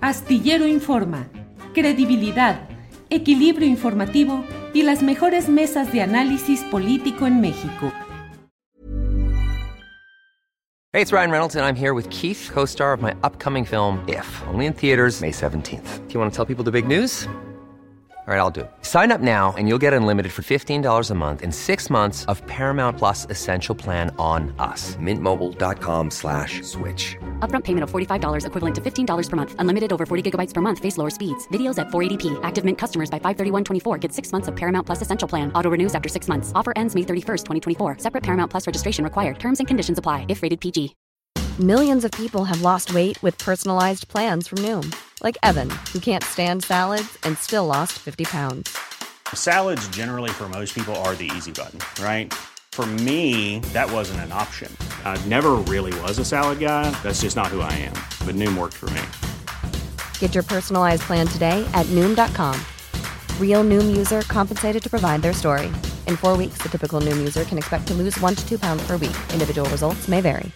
Astillero Informa, credibilidad, equilibrio informativo y las mejores mesas de análisis político en México. Hey, it's Ryan Reynolds, and I'm here with Keith, co-star of my upcoming film, If, only in theaters May 17th. Do you want to tell people the big news? All right, I'll do it. Sign up now and you'll get unlimited for $15 a month and 6 months of Paramount Plus Essential Plan on us. MintMobile.com/switch. Upfront payment of $45 equivalent to $15 per month. Unlimited over 40 gigabytes per month. Face lower speeds. Videos at 480p. Active Mint customers by 531.24 get 6 months of Paramount Plus Essential Plan. Auto renews after 6 months. Offer ends May 31st, 2024. Separate Paramount Plus registration required. Terms and conditions apply if rated PG. Millions of people have lost weight with personalized plans from Noom. Like Evan, who can't stand salads and still lost 50 pounds. Salads generally for most people are the easy button, right? For me, that wasn't an option. I never really was a salad guy. That's just not who I am. But Noom worked for me. Get your personalized plan today at Noom.com. Real Noom user compensated to provide their story. In 4 weeks, the typical Noom user can expect to lose 1 to 2 pounds per week. Individual results may vary.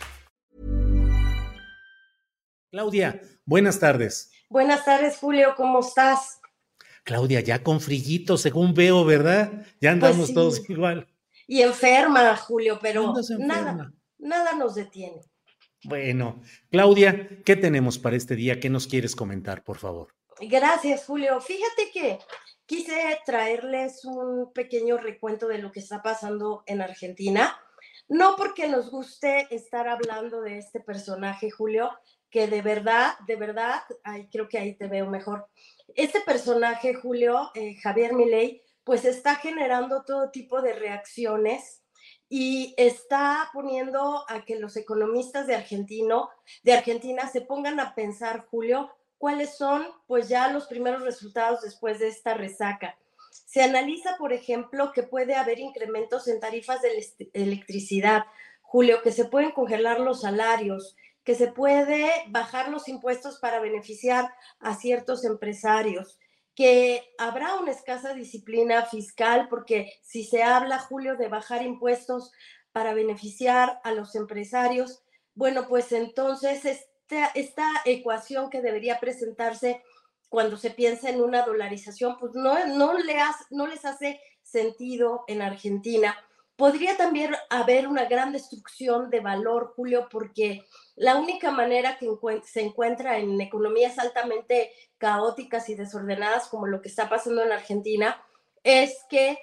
Claudia, buenas tardes. Buenas tardes, Julio, ¿cómo estás? Claudia, ya con frillito, según veo, ¿verdad? Ya andamos Pues sí. todos igual. Y enferma, Julio, pero ¿Andas enferma? nada nos detiene. Bueno, Claudia, ¿qué tenemos para este día? ¿Qué nos quieres comentar, por favor? Gracias, Julio. Fíjate que quise traerles un pequeño recuento de lo que está pasando en Argentina. No porque nos guste estar hablando de este personaje, Julio, que de verdad, ay, creo que ahí te veo mejor. Este personaje, Julio, Javier Milei, pues está generando todo tipo de reacciones y está poniendo a que los economistas de Argentina se pongan a pensar, Julio, cuáles son pues ya los primeros resultados después de esta resaca. Se analiza, por ejemplo, que puede haber incrementos en tarifas de electricidad, Julio, que se pueden congelar los salarios, que se puede bajar los impuestos para beneficiar a ciertos empresarios, que habrá una escasa disciplina fiscal, porque si se habla, Julio, de bajar impuestos para beneficiar a los empresarios, bueno, pues entonces esta ecuación que debería presentarse cuando se piensa en una dolarización, pues no les hace sentido en Argentina. Podría también haber una gran destrucción de valor, Julio, porque la única manera que se encuentra en economías altamente caóticas y desordenadas como lo que está pasando en Argentina es que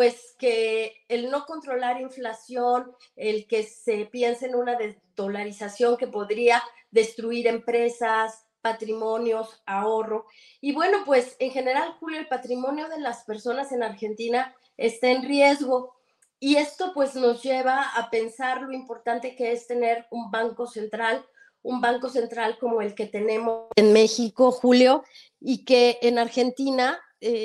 el no controlar inflación, el que se piense en una desdolarización que podría destruir empresas, patrimonios, ahorro. Y bueno, pues en general, Julio, el patrimonio de las personas en Argentina está en riesgo. Y esto pues nos lleva a pensar lo importante que es tener un banco central como el que tenemos en México, Julio, y que en Argentina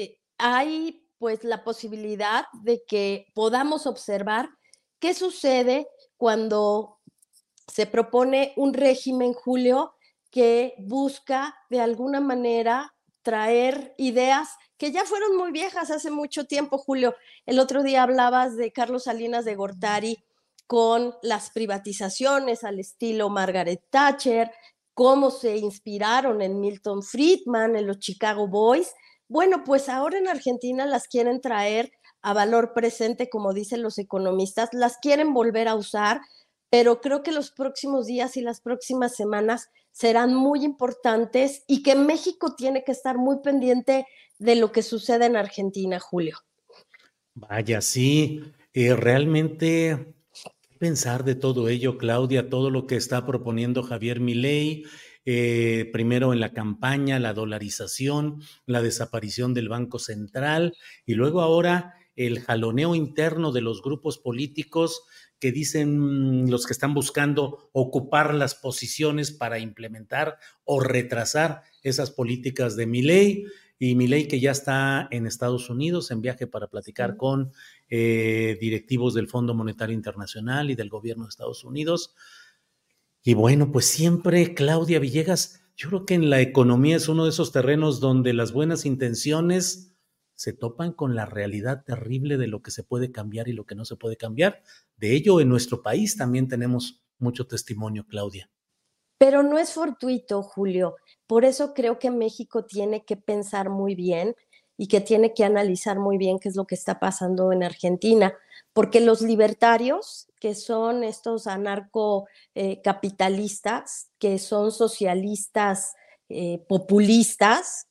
hay pues la posibilidad de que podamos observar qué sucede cuando se propone un régimen, Julio, que busca de alguna manera traer ideas que ya fueron muy viejas hace mucho tiempo, Julio. El otro día hablabas de Carlos Salinas de Gortari con las privatizaciones al estilo Margaret Thatcher, cómo se inspiraron en Milton Friedman, en los Chicago Boys. Bueno, pues ahora en Argentina las quieren traer a valor presente, como dicen los economistas, las quieren volver a usar, pero creo que los próximos días y las próximas semanas serán muy importantes y que México tiene que estar muy pendiente de lo que sucede en Argentina, Julio. Vaya, sí, realmente pensar de todo ello, Claudia, todo lo que está proponiendo Javier Milei, primero en la campaña, la dolarización, la desaparición del Banco Central y luego ahora el jaloneo interno de los grupos políticos que dicen los que están buscando ocupar las posiciones para implementar o retrasar esas políticas de Milei. Y Milei que ya está en Estados Unidos en viaje para platicar con directivos del Fondo Monetario Internacional y del gobierno de Estados Unidos. Y bueno, pues siempre, Claudia Villegas, yo creo que en la economía es uno de esos terrenos donde las buenas intenciones se topan con la realidad terrible de lo que se puede cambiar y lo que no se puede cambiar. De ello, en nuestro país también tenemos mucho testimonio, Claudia. Pero no es fortuito, Julio. Por eso creo que México tiene que pensar muy bien y que tiene que analizar muy bien qué es lo que está pasando en Argentina, porque los libertarios, que son estos anarcocapitalistas, que son socialistas populistas,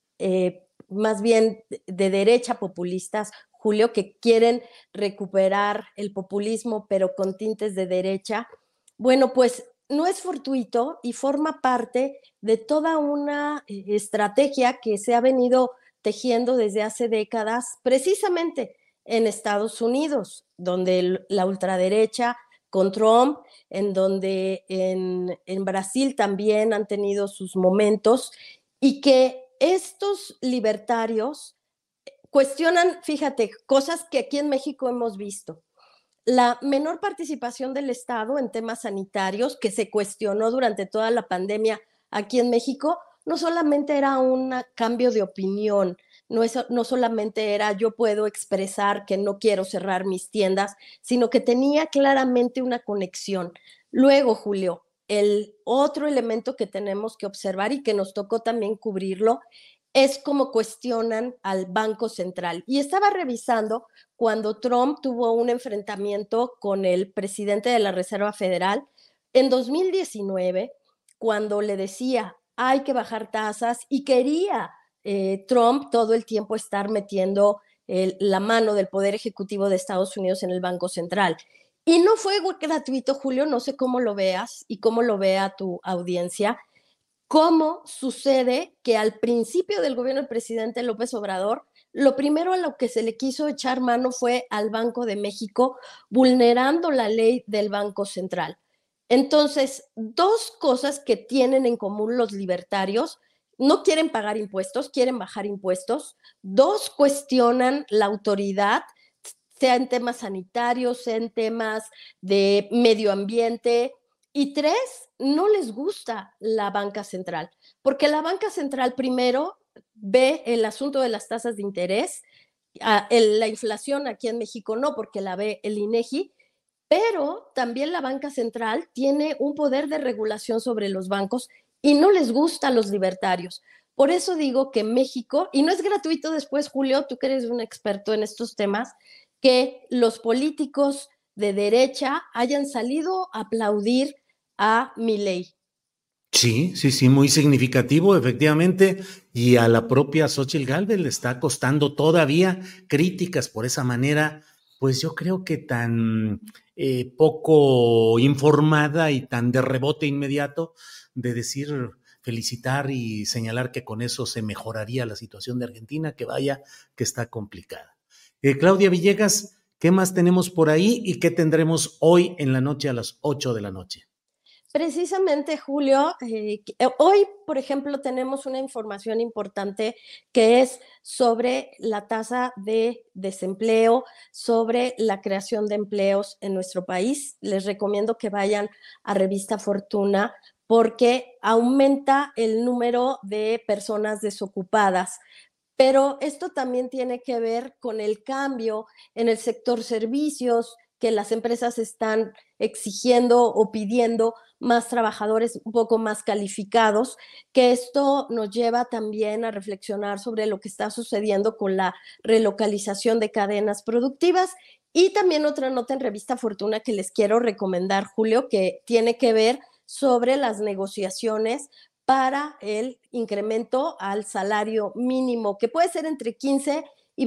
más bien de derecha populistas, Julio, que quieren recuperar el populismo, pero con tintes de derecha, bueno, pues no es fortuito y forma parte de toda una estrategia que se ha venido tejiendo desde hace décadas, precisamente en Estados Unidos, donde la ultraderecha con Trump, en donde en Brasil también han tenido sus momentos, y que estos libertarios cuestionan, fíjate, cosas que aquí en México hemos visto. La menor participación del Estado en temas sanitarios, que se cuestionó durante toda la pandemia aquí en México, no solamente era un cambio de opinión, no solamente era yo puedo expresar que no quiero cerrar mis tiendas, sino que tenía claramente una conexión. Luego, Julio, el otro elemento que tenemos que observar y que nos tocó también cubrirlo es cómo cuestionan al Banco Central. Y estaba revisando cuando Trump tuvo un enfrentamiento con el presidente de la Reserva Federal en 2019, cuando le decía hay que bajar tasas y quería Trump todo el tiempo estar metiendo la mano del Poder Ejecutivo de Estados Unidos en el Banco Central. Y no fue gratuito, Julio, no sé cómo lo veas y cómo lo vea tu audiencia, cómo sucede que al principio del gobierno del presidente López Obrador, lo primero a lo que se le quiso echar mano fue al Banco de México, vulnerando la ley del Banco Central. Entonces, dos cosas que tienen en común los libertarios: no quieren pagar impuestos, quieren bajar impuestos. Dos, cuestionan la autoridad, sea en temas sanitarios, sea en temas de medio ambiente. Y tres, no les gusta la banca central, porque la banca central primero ve el asunto de las tasas de interés, la inflación aquí en México no, porque la ve el INEGI, pero también la banca central tiene un poder de regulación sobre los bancos y no les gusta a los libertarios. Por eso digo que México, y no es gratuito después, Julio, tú que eres un experto en estos temas, que los políticos de derecha hayan salido a aplaudir a Milei. Sí, sí, sí, muy significativo, efectivamente, y a la propia Xóchitl Gálvez le está costando todavía críticas por esa manera, pues yo creo que tan poco informada y tan de rebote inmediato de decir, felicitar y señalar que con eso se mejoraría la situación de Argentina, que vaya, que está complicada. Claudia Villegas, ¿qué más tenemos por ahí y qué tendremos hoy en la noche a las 8 de la noche? Precisamente, Julio, hoy, por ejemplo, tenemos una información importante que es sobre la tasa de desempleo, sobre la creación de empleos en nuestro país. Les recomiendo que vayan a Revista Fortuna porque aumenta el número de personas desocupadas. Pero esto también tiene que ver con el cambio en el sector servicios, que las empresas están exigiendo o pidiendo más trabajadores un poco más calificados, que esto nos lleva también a reflexionar sobre lo que está sucediendo con la relocalización de cadenas productivas. Y también otra nota en Revista Fortuna que les quiero recomendar, Julio, que tiene que ver sobre las negociaciones para el incremento al salario mínimo, que puede ser entre 15 y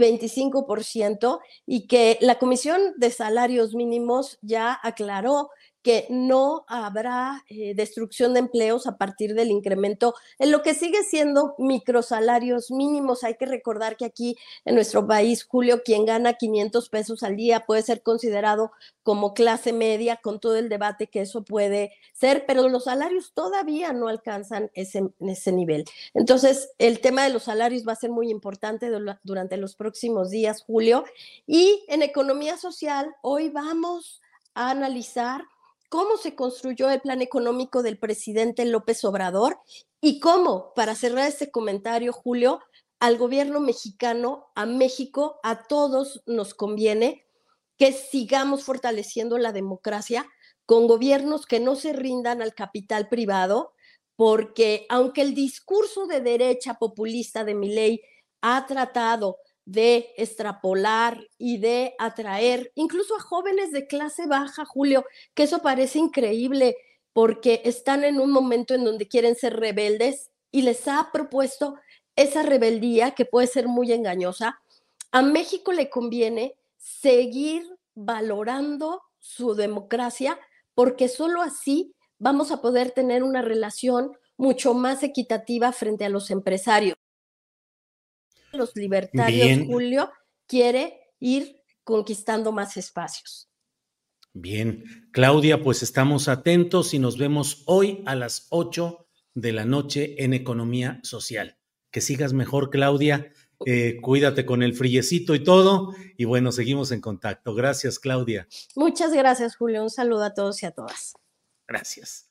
25%, y que la Comisión de Salarios Mínimos ya aclaró que no habrá destrucción de empleos a partir del incremento en lo que sigue siendo microsalarios mínimos. Hay que recordar que aquí en nuestro país, Julio, quien gana 500 pesos al día puede ser considerado como clase media, con todo el debate que eso puede ser, pero los salarios todavía no alcanzan ese nivel. Entonces, el tema de los salarios va a ser muy importante durante los próximos días, Julio. Y en economía social, hoy vamos a analizar cómo se construyó el plan económico del presidente López Obrador y cómo, para cerrar este comentario, Julio, al gobierno mexicano, a México, a todos nos conviene que sigamos fortaleciendo la democracia, con gobiernos que no se rindan al capital privado, porque aunque el discurso de derecha populista de Milei ha tratado de extrapolar y de atraer incluso a jóvenes de clase baja, Julio, que eso parece increíble porque están en un momento en donde quieren ser rebeldes y les ha propuesto esa rebeldía que puede ser muy engañosa. A México le conviene seguir valorando su democracia porque solo así vamos a poder tener una relación mucho más equitativa frente a los empresarios. Los libertarios, Bien. Julio, quiere ir conquistando más espacios. Bien, Claudia, pues estamos atentos y nos vemos hoy a las 8 de la noche en Economía Social. Que sigas mejor, Claudia. Cuídate con el friecito y todo. Y bueno, seguimos en contacto. Gracias, Claudia. Muchas gracias, Julio. Un saludo a todos y a todas. Gracias.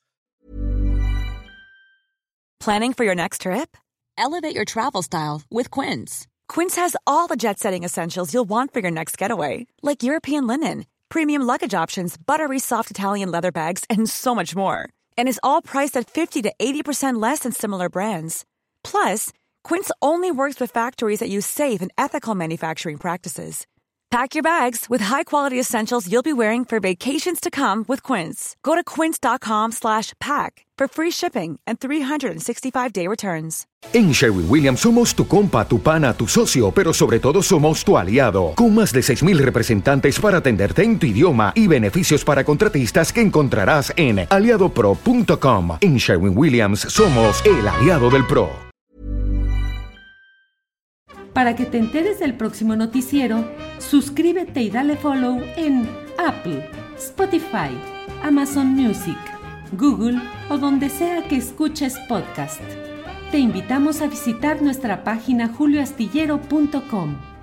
Planning for your next trip? Elevate your travel style with Quince. Quince has all the jet-setting essentials you'll want for your next getaway, like European linen, premium luggage options, buttery soft Italian leather bags, and so much more. And is all priced at 50 to 80% less than similar brands. Plus, Quince only works with factories that use safe and ethical manufacturing practices. Pack your bags with high-quality essentials you'll be wearing for vacations to come with Quince. Go to quince.com/pack for free shipping and 365-day returns. En Sherwin-Williams somos tu compa, tu pana, tu socio, pero sobre todo somos tu aliado. Con más de 6,000 representantes para atenderte en tu idioma y beneficios para contratistas que encontrarás en aliadopro.com. En Sherwin-Williams somos el aliado del pro. Para que te enteres del próximo noticiero, suscríbete y dale follow en Apple, Spotify, Amazon Music, Google o donde sea que escuches podcast. Te invitamos a visitar nuestra página julioastillero.com.